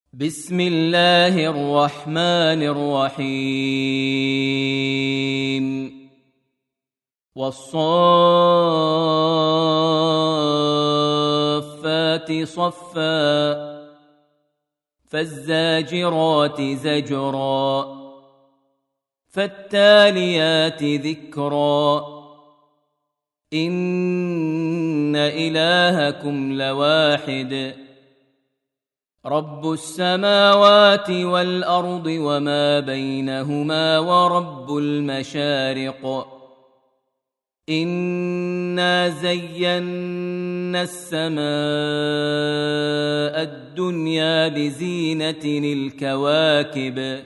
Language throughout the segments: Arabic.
بسم الله الرحمن الرحيم والصافات صفا فالزاجرات زجرا فالتاليات ذكرا إن إلهكم لواحد رب السماوات والأرض وما بينهما ورب المشارق إنا زينا السماء الدنيا بزينة الكواكب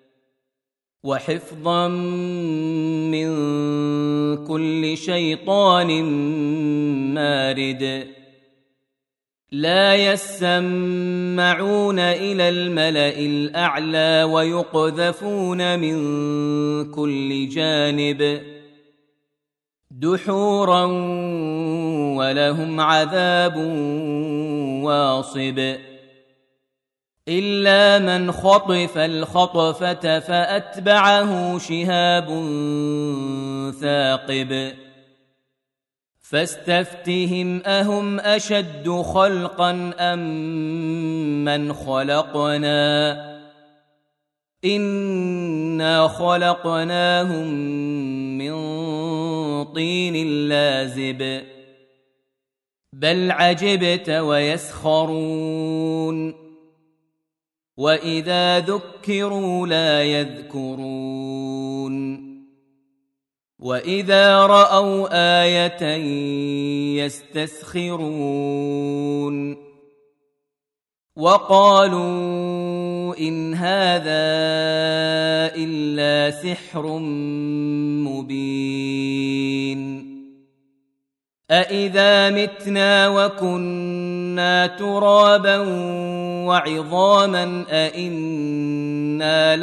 وحفظا من كل شيطان مارد لا يسمعون إلى الملأ الأعلى ويقذفون من كل جانب دحورا ولهم عذاب واصب إلا من خطف الخطفة فأتبعه شهاب ثاقب فاستفتهم أهم أشد خلقا أم من خلقنا إنا خلقناهم من طين لازب بل عجبت ويسخرون وإذا ذكروا لا يذكرون وإذا رأوا آية يستسخرون وقالوا إن هذا إلا سحر مبين أإذا متنا وكنا ترابا وعظاما أإنا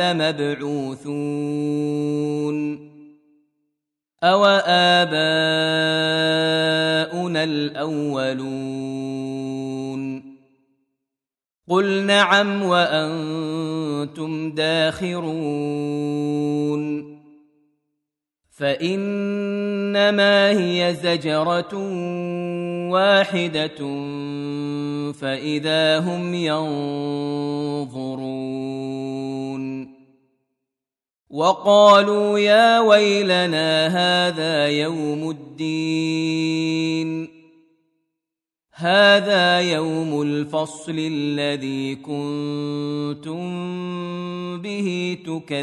لمبعوثون أو آباؤنا الأولون قل نعم وأنتم داخرون فإنما هي زجرة واحدة فإذا هم ينظرون وقالوا يا ويلنا هذا يوم الدين هذا يوم الفصل الذي كنتم به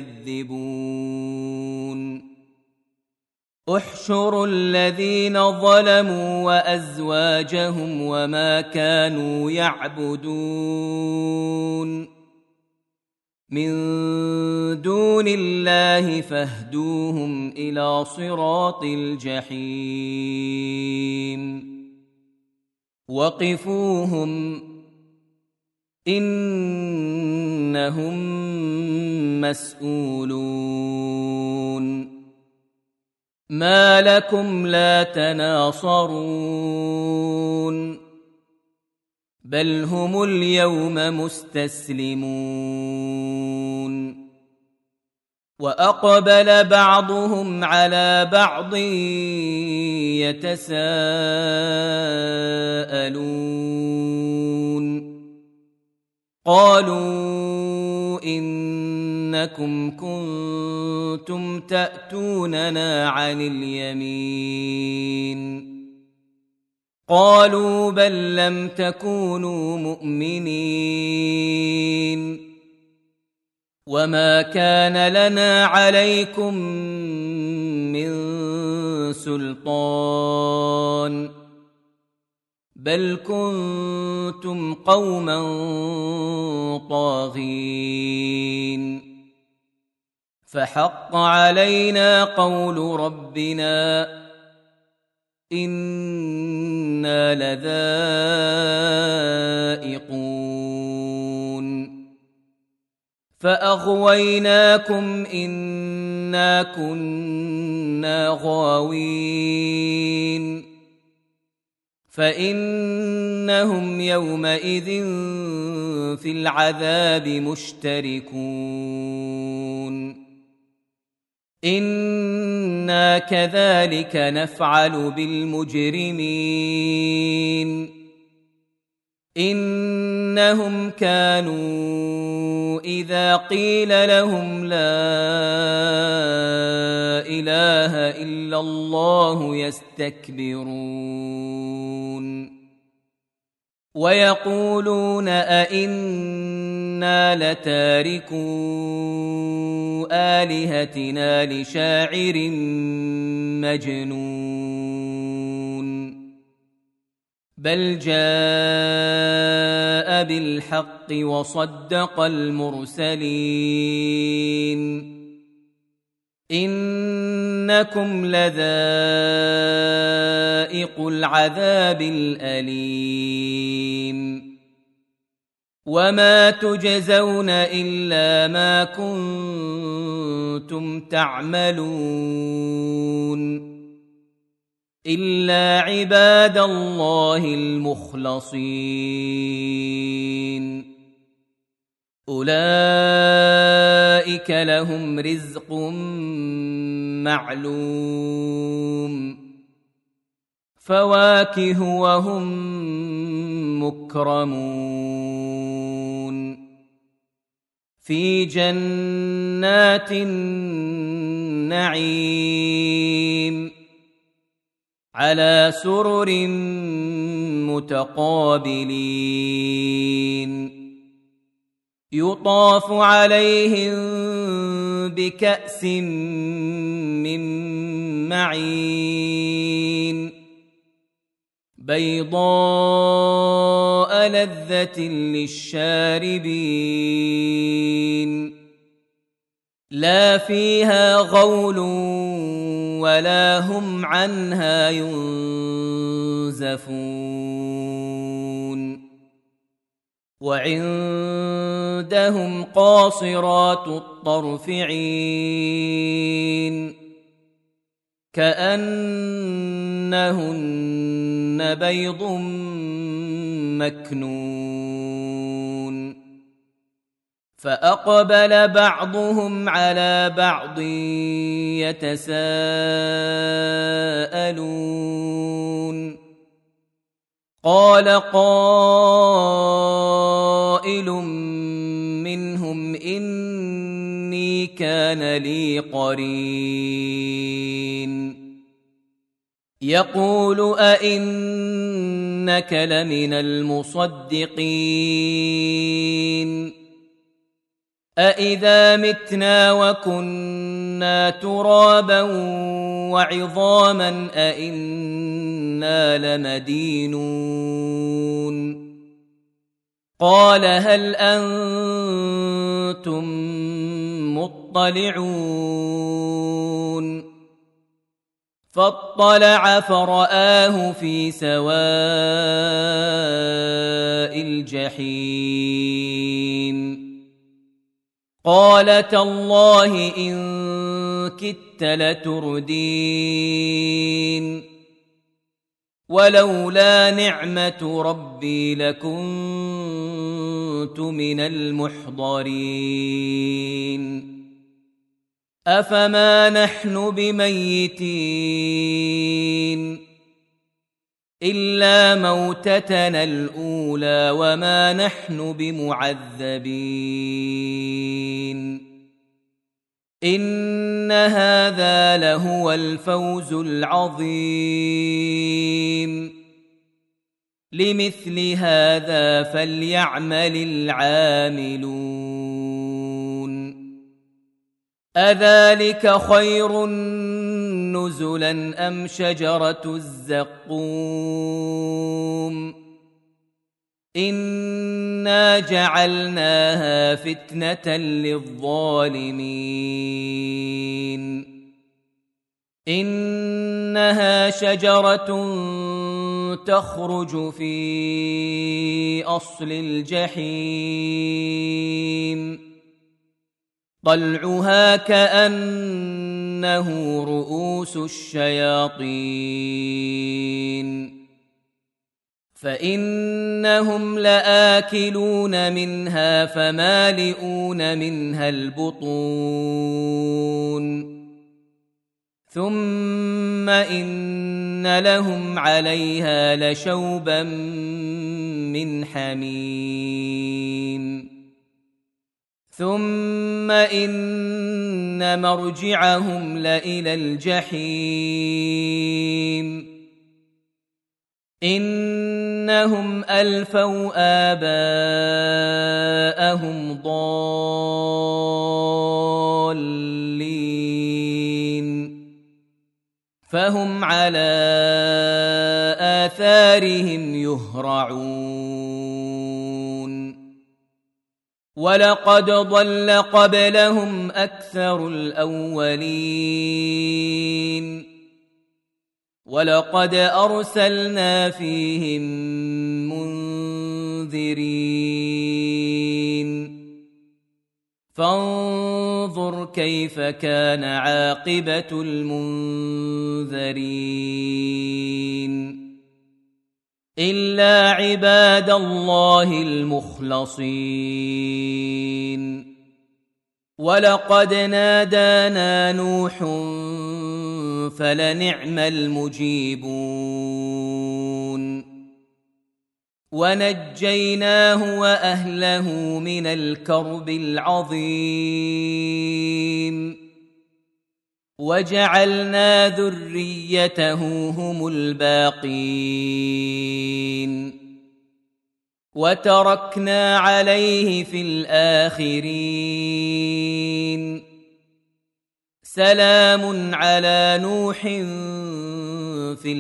تكذبون احشروا الذين ظلموا وأزواجهم وما كانوا يعبدون من دون الله فاهدوهم إلى صراط الجحيم وقفوهم إنهم مسؤولون ما لكم لا تناصرون بل هم اليوم مستسلمون وأقبل بعضهم على بعض يتساءلون قالوا إنكم كنتم تأتوننا عن اليمين قالوا بل لم تكونوا مؤمنين وما كان لنا عليكم من سلطان بل كنتم قوما طاغين فحق علينا قول ربنا إنا لذائقون فأغويناكم إنا كنا غاوين فإنهم يومئذ في العذاب مشتركون إنا كذلك نفعل بالمجرمين إنهم كانوا إذا قيل لهم لا إله إلا الله يستكبرون ويقولون أئنا لتاركو آلهتنا لشاعر مجنون بل جاء بالحق وصدق المرسلين إنكم لذائق العذاب الأليم وما تجزون إلا ما كنتم تعملون إلا عباد الله المخلصين أولئك لهم رزق معلوم فواكه وهم مكرمون في جنات النعيم على سرر متقابلين يطاف عليهم بكأس من معين بيضاء لذة للشاربين لا فيها غول ولا هم عنها ينزفون وعندهم قاصرات الطرف عين كأنهن بيض مكنون فأقبل بعضهم على بعض يتساءلون قال قائل منهم إني كان لي قرين يقول أئنك لمن المصدقين أإذا متنا وكنا ترابا وعظاما أإنا لمدينون قال هل أنتم مطلعون فاطلع فرآه في سواء الجحيم قال تالله إن كدت لتردين ولولا نعمة ربي لكنت من المحضرين أفما نحن بميتين إلا موتتنا الأولى وما نحن بمعذبين إن هذا لهو الفوز العظيم لمثل هذا فليعمل العاملون أذلك خير نزلا أم شجرة الزقوم إنا جعلناها فتنة للظالمين إنها شجرة تخرج في أصل الجحيم طلعها كأنه رؤوس الشياطين فإنهم لآكلون منها فمالئون منها البطون ثم إن لهم عليها لشوبا من حميم ثم إن مرجعهم لإلى الجحيم إنهم ألفوا آباءهم ضالين فهم على آثارهم يهرعون ولقد ضل قبلهم أكثر الأولين ولقد أرسلنا فيهم منذرين فانظر كيف كان عاقبة المنذرين إلا عباد الله المخلصين ولقد نادانا نوح فلنعم المجيبون ونجيناه وأهله من الكرب العظيم وجعلنا ذريته هم الباقين وتركنا عليه في الآخرين سلام على نوح في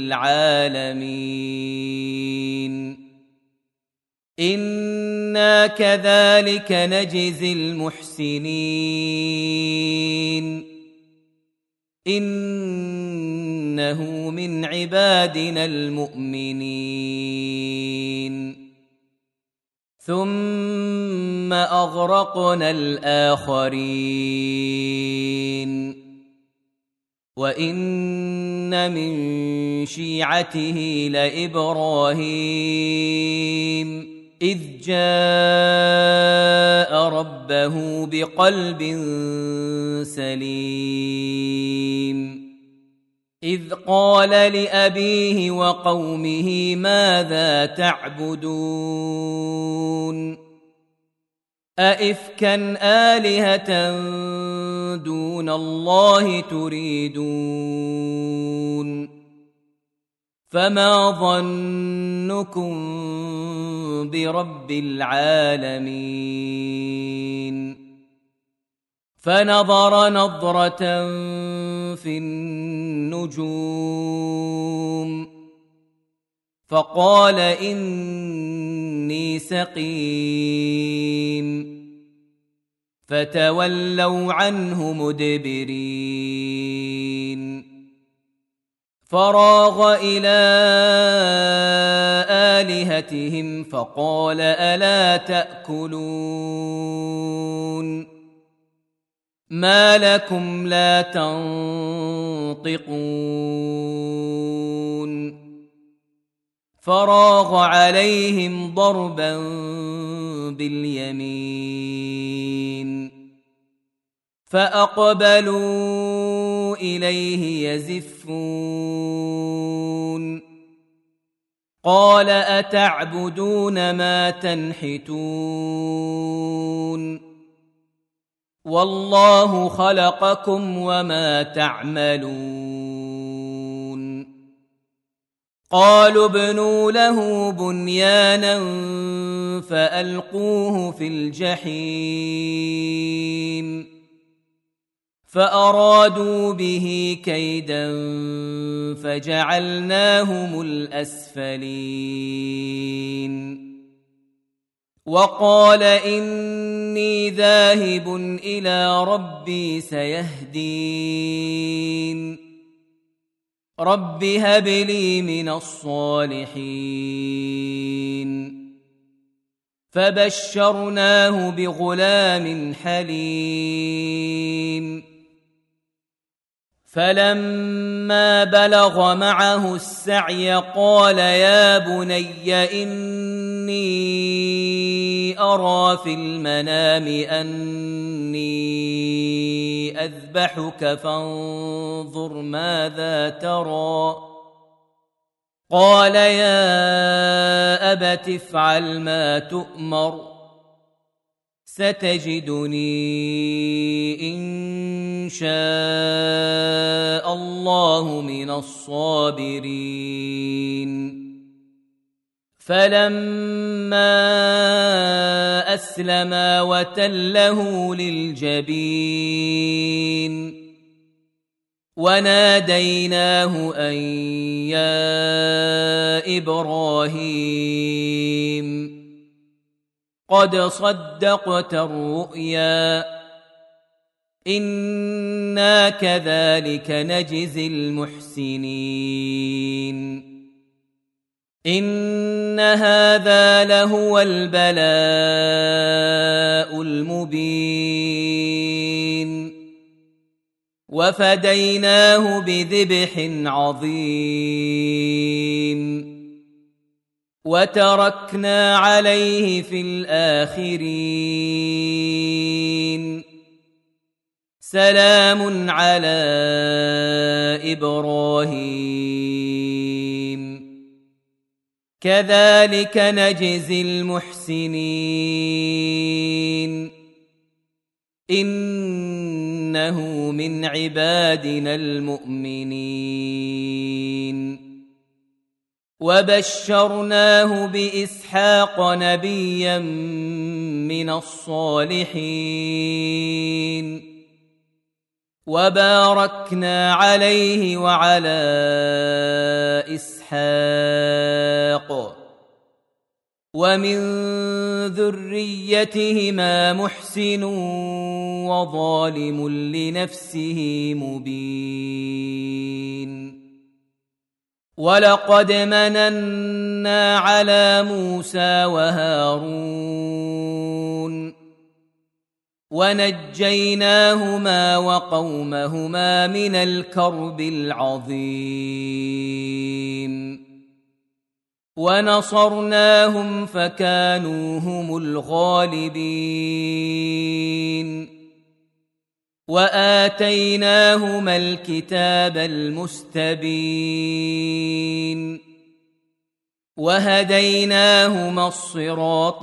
العالمين إنا كذلك نجزي المحسنين إنه من عبادنا المؤمنين ثم أغرقنا الآخرين وإن من شيعته لإبراهيم إذ جاء ربه بقلب سليم إذ قال لأبيه وقومه ماذا تعبدون أئفكا آلهة دون الله تريدون فما ظنكم برب العالمين فنظر نظرة في النجوم فقال إني سقيم فتولوا عنه مدبرين فراغ إلى آلهتهم فقال ألا تأكلون ما لكم لا تنطقون فراغ عليهم ضربا باليمين فأقبلوا إليه يزفون قال أتعبدون ما تنحتون والله خلقكم وما تعملون قالوا ابنوا له بنيانا فألقوه في الجحيم فأرادوا به كيدا فجعلناهم الأسفلين وقال إني ذاهب إلى ربي سيهدين رب هب لي من الصالحين فبشرناه بغلام حليم فلما بلغ معه السعي قال يا بني إني أرى في المنام أني أذبحك فانظر ماذا ترى قال يا أبت افعل ما تؤمر ستجدني إن شاء الله من الصابرين فلما أسلما وتله للجبين وناديناه أن يا إبراهيم قد صدقت الرؤيا إنا كذلك نجزي المحسنين إن هذا لهو البلاء المبين وفديناه بذبح عظيم وتركنا عليه في الآخرين سلام على إبراهيم كذلك نجزي المحسنين إنه من عبادنا المؤمنين وبشرناه بإسحاق نبيا من الصالحين وباركنا عليه وعلى إسحاق ومن ذريتهما محسن وظالم لنفسه مبين ولقد مننا على موسى وهارون ونجيناهما وقومهما من الكرب العظيم ونصرناهم فكانوا هم الغالبين وآتيناهما الكتاب المستبين وهديناهما الصراط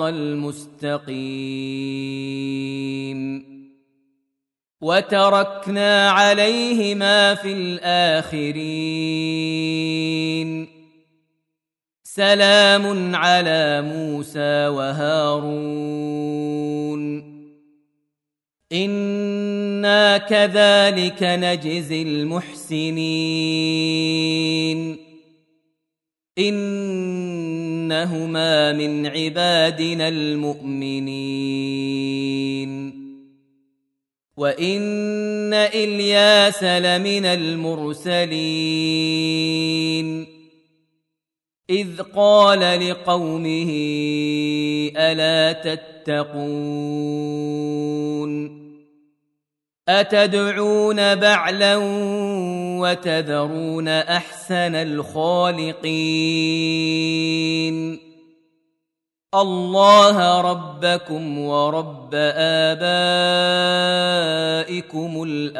المستقيم وتركنا عليهما في الآخرين سلام على موسى وهارون إنا كذلك نجزي المحسنين إنهما من عبادنا المؤمنين وإن إلياس لمن المرسلين إذ قال لقومه ألا تتقون أتدعون بعلا وتذرون أحسن الخالقين الله ربكم ورب آبائكم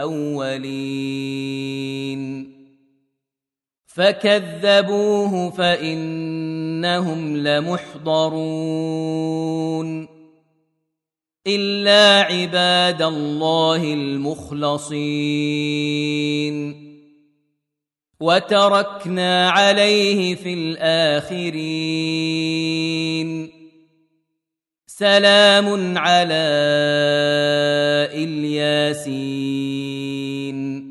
الأولين فكذبوه فإنهم لمحضرون إلا عباد الله المخلصين وتركنا عليه في الآخرين سلام على الياسين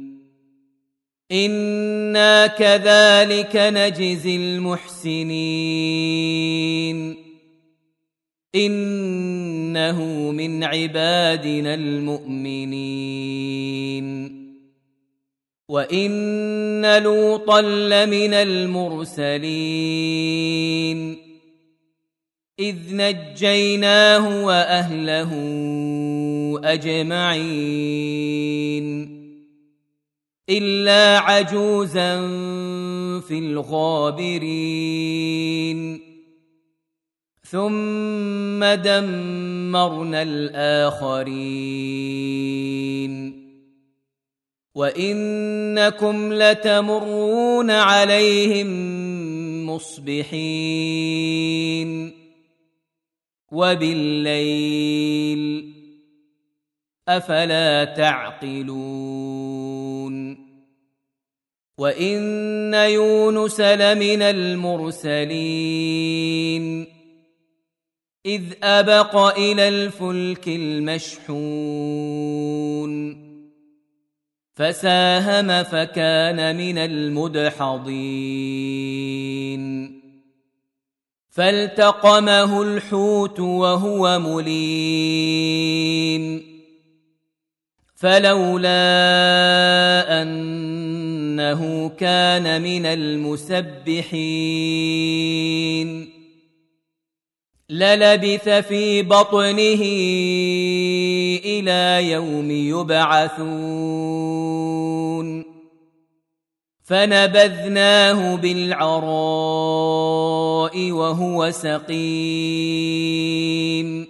إنا كذلك نجزي المحسنين إنه من عبادنا المؤمنين وإن لوطا لمن المرسلين إذ نجيناه وأهله أجمعين إلا عجوزا في الغابرين ثم دمرنا الآخرين وإنكم لتمرون عليهم مصبحين وبالليل أفلا تعقلون وإن يونس لمن المرسلين إذ أبق إلى الفلك المشحون فساهم فكان من المدحضين فالتقمه الحوت وهو مليم فلولا أنه كان من المسبحين للبث في بطنه إلى يوم يبعثون فنبذناه بالعراء وهو سقيم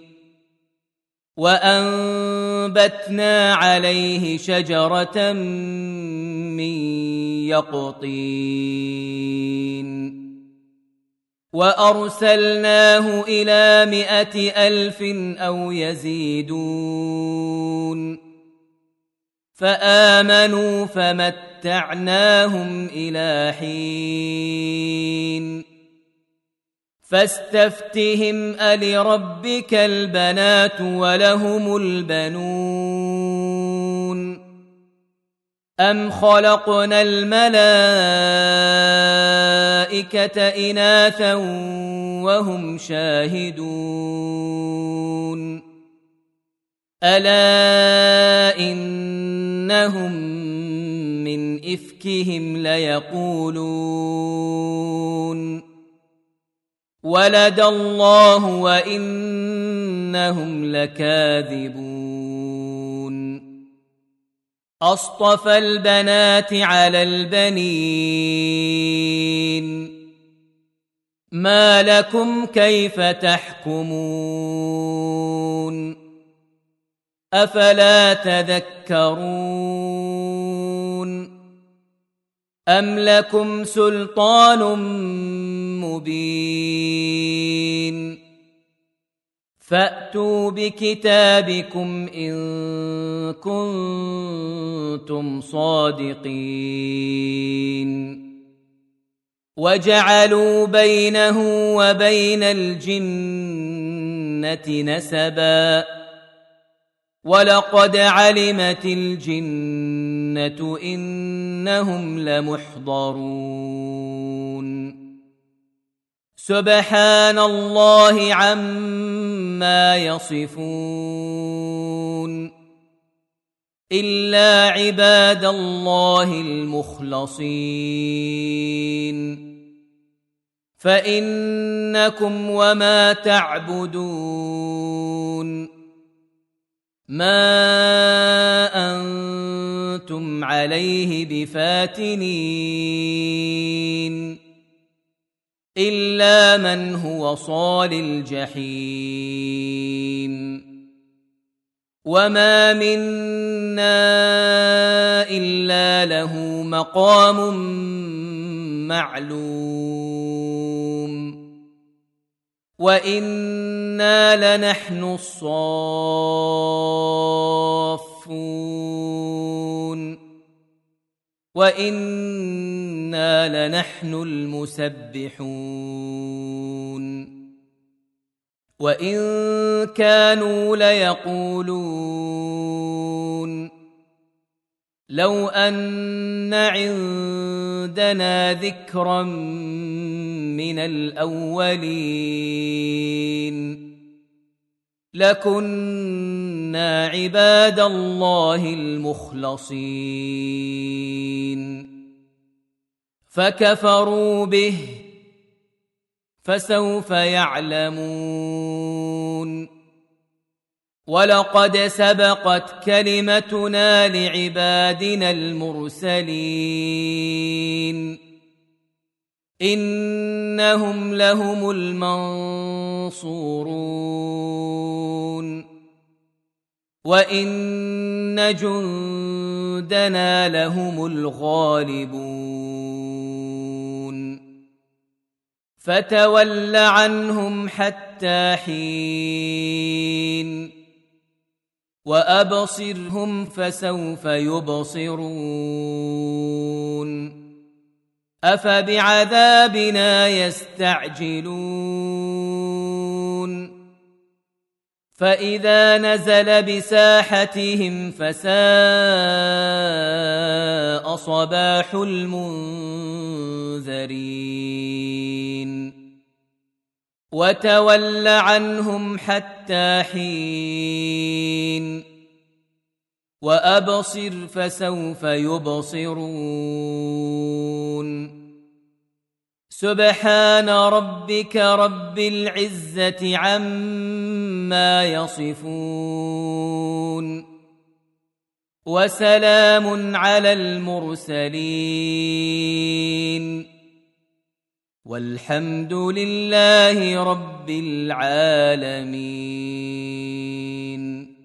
وأنبتنا عليه شجرة من يقطين وأرسلناه إلى 100,000 أو يزيدون فآمنوا فمتعناهم إلى حين فاستفتهم ألربك البنات ولهم البنون أم خلقنا الملائكة إناثا وهم شاهدون ألا إنهم من إفكهم ليقولون ولد الله وإنهم لكاذبون أصطفى البنات على البنين ما لكم كيف تحكمون أفلا تذكرون أم لكم سلطان مبين فأتوا بكتابكم إن كنتم صادقين وجعلوا بينه وبين الجنة نسبا ولقد علمت الجنة إنهم لمحضرون سبحان الله عما يصفون إلا عباد الله المخلصين فإنكم وما تعبدون ما أنتم عليه بفاتنين إلا من هو صال الجحيم وما منا إلا له مقام معلوم وإنا لنحن الصافون وإنا لنحن المسبحون وإن كانوا ليقولون لو أن عندنا ذكرا من الأولين لكنا عباد الله المخلصين فكفروا به فسوف يعلمون ولقد سبقت كلمتنا لعبادنا المرسلين إنهم لهم المنصورون وإن جندنا لهم الغالبون فتول عنهم حتى حين وأبصرهم فسوف يبصرون أفبعذابنا يستعجلون فإذا نزل بساحتهم فساء صباح المنذرين وتول عنهم حتى حين وأبصر فسوف يبصرون سبحان ربك رب العزة عما يصفون وسلام على المرسلين والحمد لله رب العالمين.